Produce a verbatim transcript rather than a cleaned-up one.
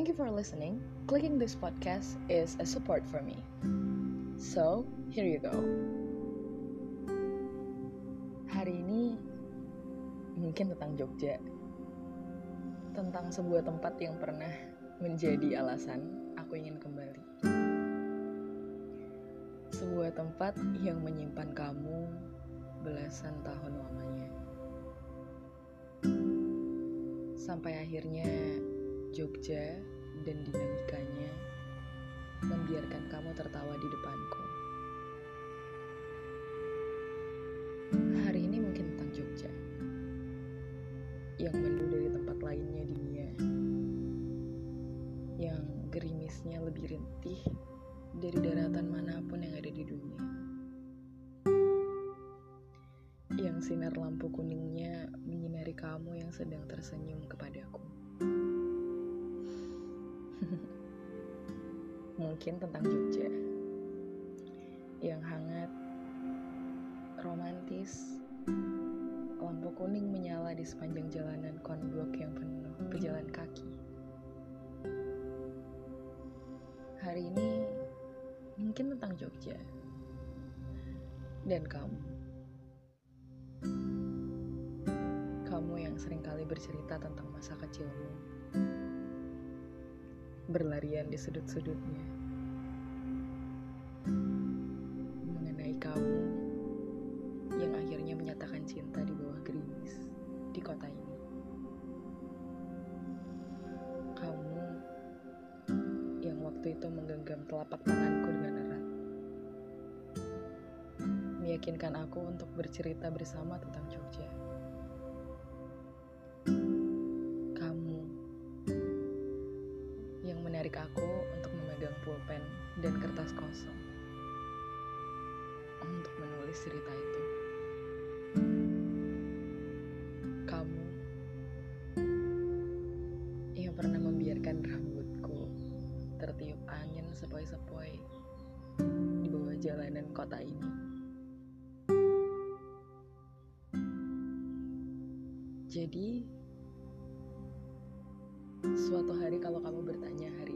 you for listening. Clicking this podcast is a support for me. So, here you go. Hari ini mungkin tentang Jogja. Tentang sebuah tempat yang pernah menjadi alasan aku ingin kembali. Sebuah tempat yang menyimpan kamu belasan tahun lamanya. Sampai akhirnya Jogja dan dinamikanya membiarkan kamu tertawa di depanku. Hari ini mungkin tentang Jogja yang mendu dari tempat lainnya di dunia, yang gerimisnya lebih rintih dari daratan manapun yang ada di dunia, yang sinar lampu kuningnya menyinari kamu yang sedang tersenyum kepadaku. Mungkin tentang Jogja yang hangat, romantis, lampu kuning menyala di sepanjang jalanan konblok yang penuh pejalan kaki. Hari ini mungkin tentang Jogja dan kamu. Kamu yang seringkali bercerita tentang masa kecilmu, berlarian di sudut-sudutnya, mengenai kamu yang akhirnya menyatakan cinta di bawah gerimis di kota ini. Kamu yang waktu itu menggenggam telapak tanganku dengan erat, meyakinkan aku untuk bercerita bersama tentang Jogja. Kamu yang menarik aku untuk memegang pulpen dan kertas kosong untuk menulis cerita itu. Kamu yang pernah membiarkan rambutku tertiup angin sepoi-sepoi di bawah jalanan kota ini. Jadi, suatu hari kalau kamu bertanya hari